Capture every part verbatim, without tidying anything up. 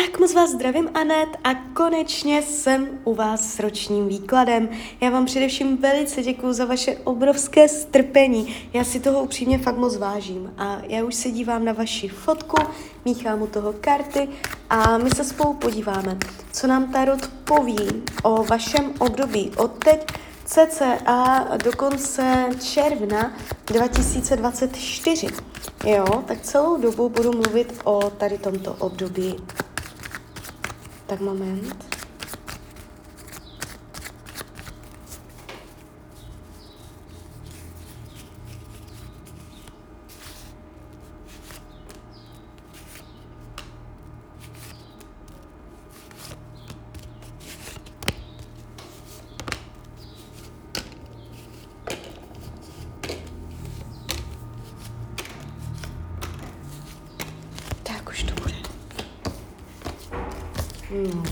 Tak moc vás zdravím, Anet, a konečně jsem u vás s ročním výkladem. Já vám především velice děkuju za vaše obrovské strpení. Já si toho upřímně fakt moc vážím. A já už se dívám na vaši fotku, míchám u toho karty a my se spolu podíváme, co nám Tarot poví o vašem období od teď cca do konce června dva tisíce dvacet čtyři. Jo, tak celou dobu budu mluvit o tady tomto období. Tak moment. Tak už to bude. Hmm.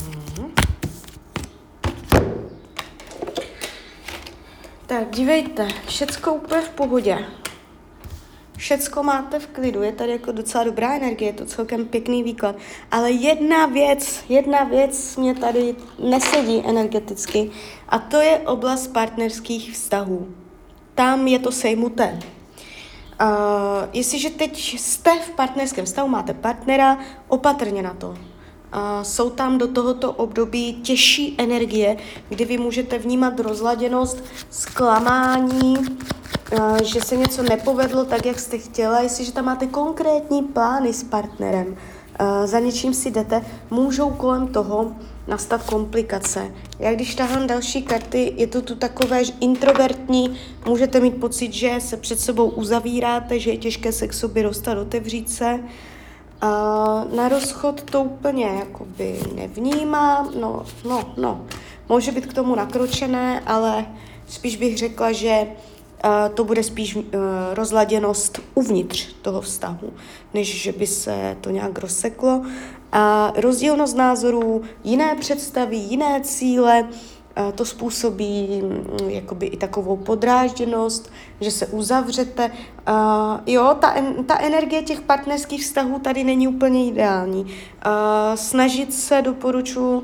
Tak dívejte, všecko úplně v pohodě. Všecko máte v klidu, je tady jako docela dobrá energie, je to celkem pěkný výklad. Ale jedna věc, jedna věc mě tady nesedí energeticky a to je oblast partnerských vztahů. Tam je to sejmuté. Uh, jestliže teď jste v partnerském vztahu, máte partnera, opatrně na to. Uh, jsou tam do tohoto období těžší energie, kdy vy můžete vnímat rozladěnost, zklamání, uh, že se něco nepovedlo tak, jak jste chtěla. Jestliže tam máte konkrétní plány s partnerem, uh, za něčím si jdete, můžou kolem toho nastat komplikace. Já když tahám další karty, je to tu takové introvertní, můžete mít pocit, že se před sebou uzavíráte, že je těžké se k sobě dostat, otevřít se. Uh, na rozchod to úplně jakoby nevnímám, no, no, no, může být k tomu nakročené, ale spíš bych řekla, že uh, to bude spíš uh, rozladěnost uvnitř toho vztahu, než že by se to nějak rozseklo. A rozdílnost názorů, jiné představy, jiné cíle, uh, to způsobí um, jakoby i takovou podrážděnost, že se uzavřete. Uh, jo, ta, en, ta energie těch partnerských vztahů tady není úplně ideální. Uh, snažit se doporučuji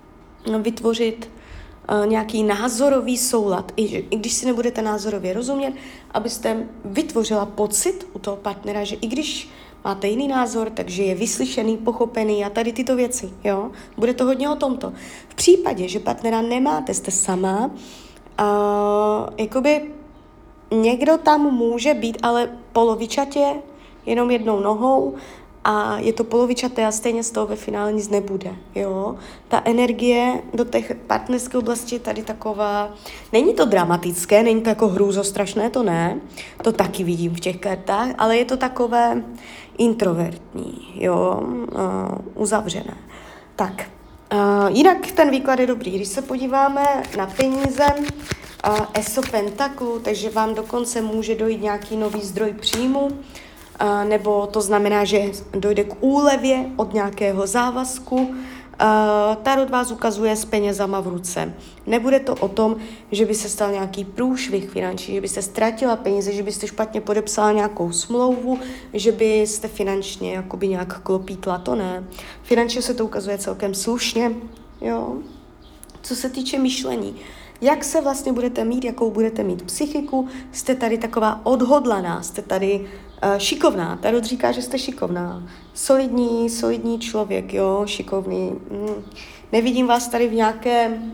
vytvořit uh, nějaký názorový soulad, i, i když si nebudete názorově rozumět, abyste vytvořila pocit u toho partnera, že i když máte jiný názor, takže je vyslyšený, pochopený a tady tyto věci, jo. Bude to hodně o tomto. V případě, že partnera nemáte, jste sama, uh, jakoby někdo tam může být, ale polovičatě, jenom jednou nohou a je to polovičaté a stejně z toho ve finále nic nebude, jo. Ta energie do těch partnerské oblasti je tady taková, není to dramatické, není to jako hrůzostrašné, to ne, to taky vidím v těch kartách, ale je to takové introvertní, jo, uh, uzavřené. Tak, uh, jinak ten výklad je dobrý, když se podíváme na peníze, Uh, Eso pentaklu, takže vám dokonce může dojít nějaký nový zdroj příjmu, uh, nebo to znamená, že dojde k úlevě od nějakého závazku. Uh, Tarot vás ukazuje s penězama v ruce. Nebude to o tom, že by se stal nějaký průšvih finanční, že byste ztratila peníze, že byste špatně podepsala nějakou smlouvu, že byste finančně jakoby nějak klopítla, to ne. Finančně se to ukazuje celkem slušně, jo. Co se týče myšlení, jak se vlastně budete mít, jakou budete mít psychiku, jste tady taková odhodlaná, jste tady uh, šikovná, Tarot říká, že jste šikovná, solidní, solidní člověk, jo, šikovný. Mm. Nevidím vás tady v nějaké uh,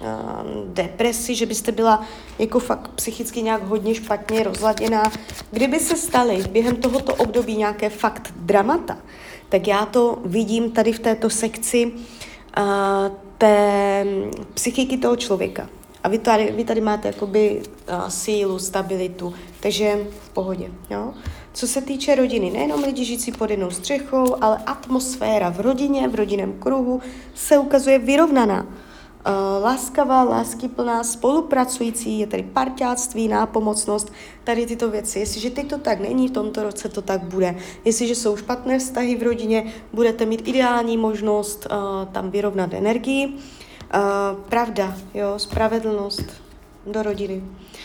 depresi, že byste byla jako fakt psychicky nějak hodně špatně rozladěná. Kdyby se staly během tohoto období nějaké fakt dramata, tak já to vidím tady v této sekci uh, té psychiky toho člověka. A vy tady, vy tady máte jakoby uh, sílu, stabilitu, takže v pohodě, jo. Co se týče rodiny, nejenom lidi žijící pod jednou střechou, ale atmosféra v rodině, v rodinném kruhu se ukazuje vyrovnaná. Uh, láskavá, láskyplná, spolupracující, je tady parťáctví, nápomocnost, tady tyto věci. Jestliže teď to tak není, v tomto roce to tak bude. Jestliže jsou špatné vztahy v rodině, budete mít ideální možnost uh, tam vyrovnat energii. Uh, pravda, jo, spravedlnost do rodiny.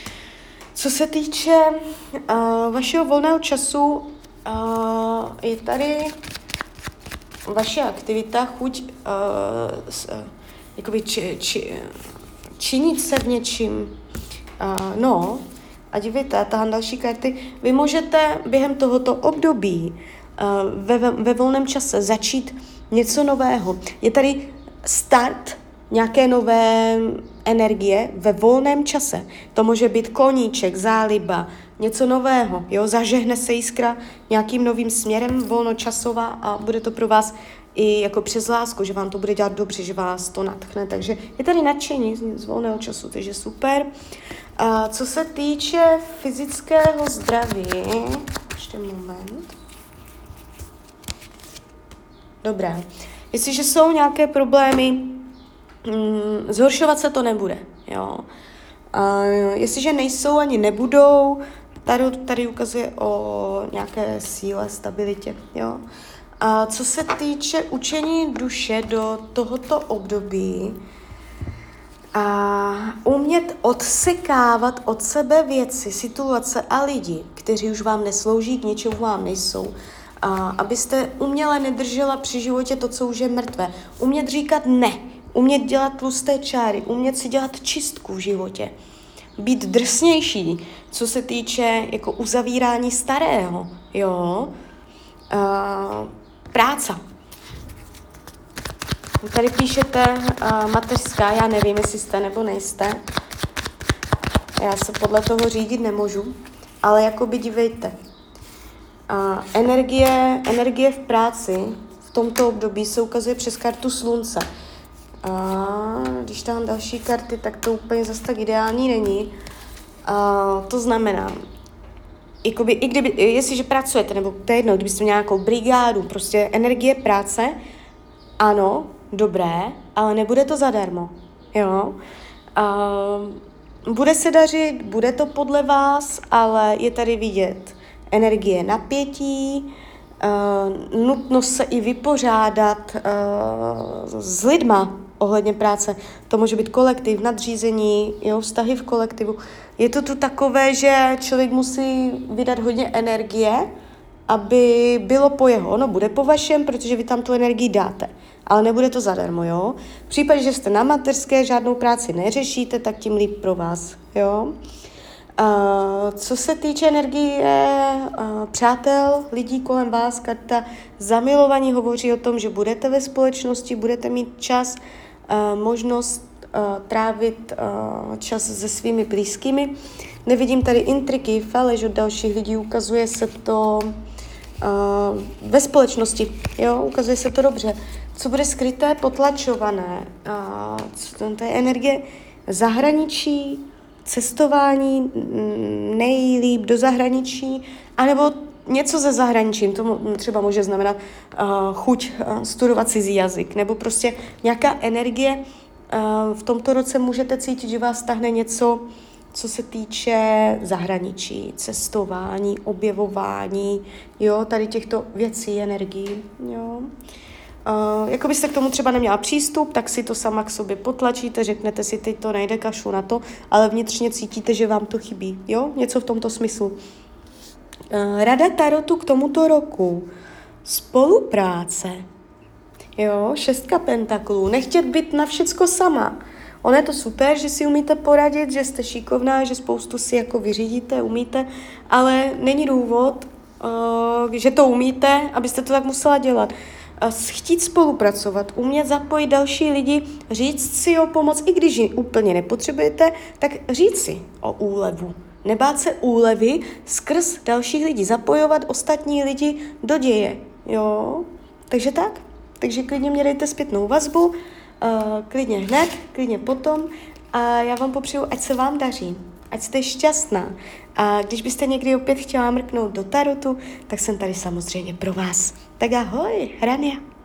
Co se týče uh, vašeho volného času, uh, je tady vaše aktivita, chuť uh, s, uh, jakoby či, či, činit se v něčím, uh, no, a dívejte, tahle další karty, vy můžete během tohoto období uh, ve, ve volném čase začít něco nového. Je tady start nějaké nové energie ve volném čase. To může být koníček, záliba, něco nového, jo, zažehne se jiskra nějakým novým směrem volnočasová a bude to pro vás i jako přes lásku, že vám to bude dělat dobře, že vás to natchne, takže je tady nadšení z volného času, takže super. A co se týče fyzického zdraví, ještě moment. Dobrá. Jestliže jsou nějaké problémy, mm, zhoršovat se to nebude, jo. A jestliže nejsou ani nebudou, tady, tady ukazuje o nějaké síle, stabilitě, jo. A co se týče učení duše do tohoto období, a umět odsekávat od sebe věci, situace a lidi, kteří už vám neslouží, k ničemu vám nejsou, a abyste uměle nedržela při životě to, co už je mrtvé. Umět říkat ne, umět dělat tlusté čáry, umět si dělat čistku v životě. Být drsnější, co se týče jako uzavírání starého, jo. Uh, práce. Tady píšete uh, mateřská, já nevím, jestli jste nebo nejste. Já se podle toho řídit nemůžu, ale jakoby dívejte. Uh, energie, energie v práci v tomto období se ukazuje přes kartu slunce. A když tam další karty, tak to úplně zase tak ideální není. A to znamená, jakoby, i kdyby, jestliže pracujete, nebo to je jedno, kdybyste měli nějakou brigádu, prostě energie práce, ano, dobré, ale nebude to zadarmo, jo. A bude se dařit, bude to podle vás, ale je tady vidět energie napětí, uh, nutnost se i vypořádat uh, s lidma, ohledně práce. To může být kolektiv, nadřízení, jo, vztahy v kolektivu. Je to tu takové, že člověk musí vydat hodně energie, aby bylo po jeho. Ono bude po vašem, protože vy tam tu energii dáte. Ale nebude to zadarmo, jo. V případě, že jste na mateřské, žádnou práci neřešíte, tak tím líp pro vás, jo. Uh, co se týče energie uh, přátel, lidí kolem vás, karta zamilovaní hovoří o tom, že budete ve společnosti, budete mít čas, uh, možnost uh, trávit uh, čas se svými blízkými. Nevidím tady intriky, faleš od dalších lidí, ukazuje se to uh, ve společnosti, jo, ukazuje se to dobře. Co bude skryté, potlačované, uh, to je energie zahraničí, cestování nejlíp do zahraničí, anebo něco ze zahraničím, to třeba může znamenat uh, chuť uh, studovat cizí jazyk, nebo prostě nějaká energie. Uh, v tomto roce můžete cítit, že vás tahne něco, co se týče zahraničí, cestování, objevování, jo, tady těchto věcí, energií, jo. Uh, jako byste k tomu třeba neměla přístup, tak si to sama k sobě potlačíte, řeknete si, teď to nejde, kašlu na to, ale vnitřně cítíte, že vám to chybí, jo, něco v tomto smyslu. Uh, rada tarotu k tomuto roku. Spolupráce, jo, šestka pentaklů, nechtět být na všecko sama. Ono je to super, že si umíte poradit, že jste šikovná, že spoustu si jako vyřídíte, umíte, ale není důvod, uh, že to umíte, abyste to tak musela dělat. Chtít spolupracovat, umět zapojit další lidi, říct si o pomoc, i když ji úplně nepotřebujete, tak říct si o úlevu. Nebát se úlevy skrz dalších lidí, zapojovat ostatní lidi do děje, jo. Takže tak, takže klidně mě dejte zpětnou vazbu, uh, klidně hned, klidně potom a já vám popřeju, ať se vám daří, ať jste šťastná. A když byste někdy opět chtěla mrknout do tarotu, tak jsem tady samozřejmě pro vás. Tak ahoj, Rania.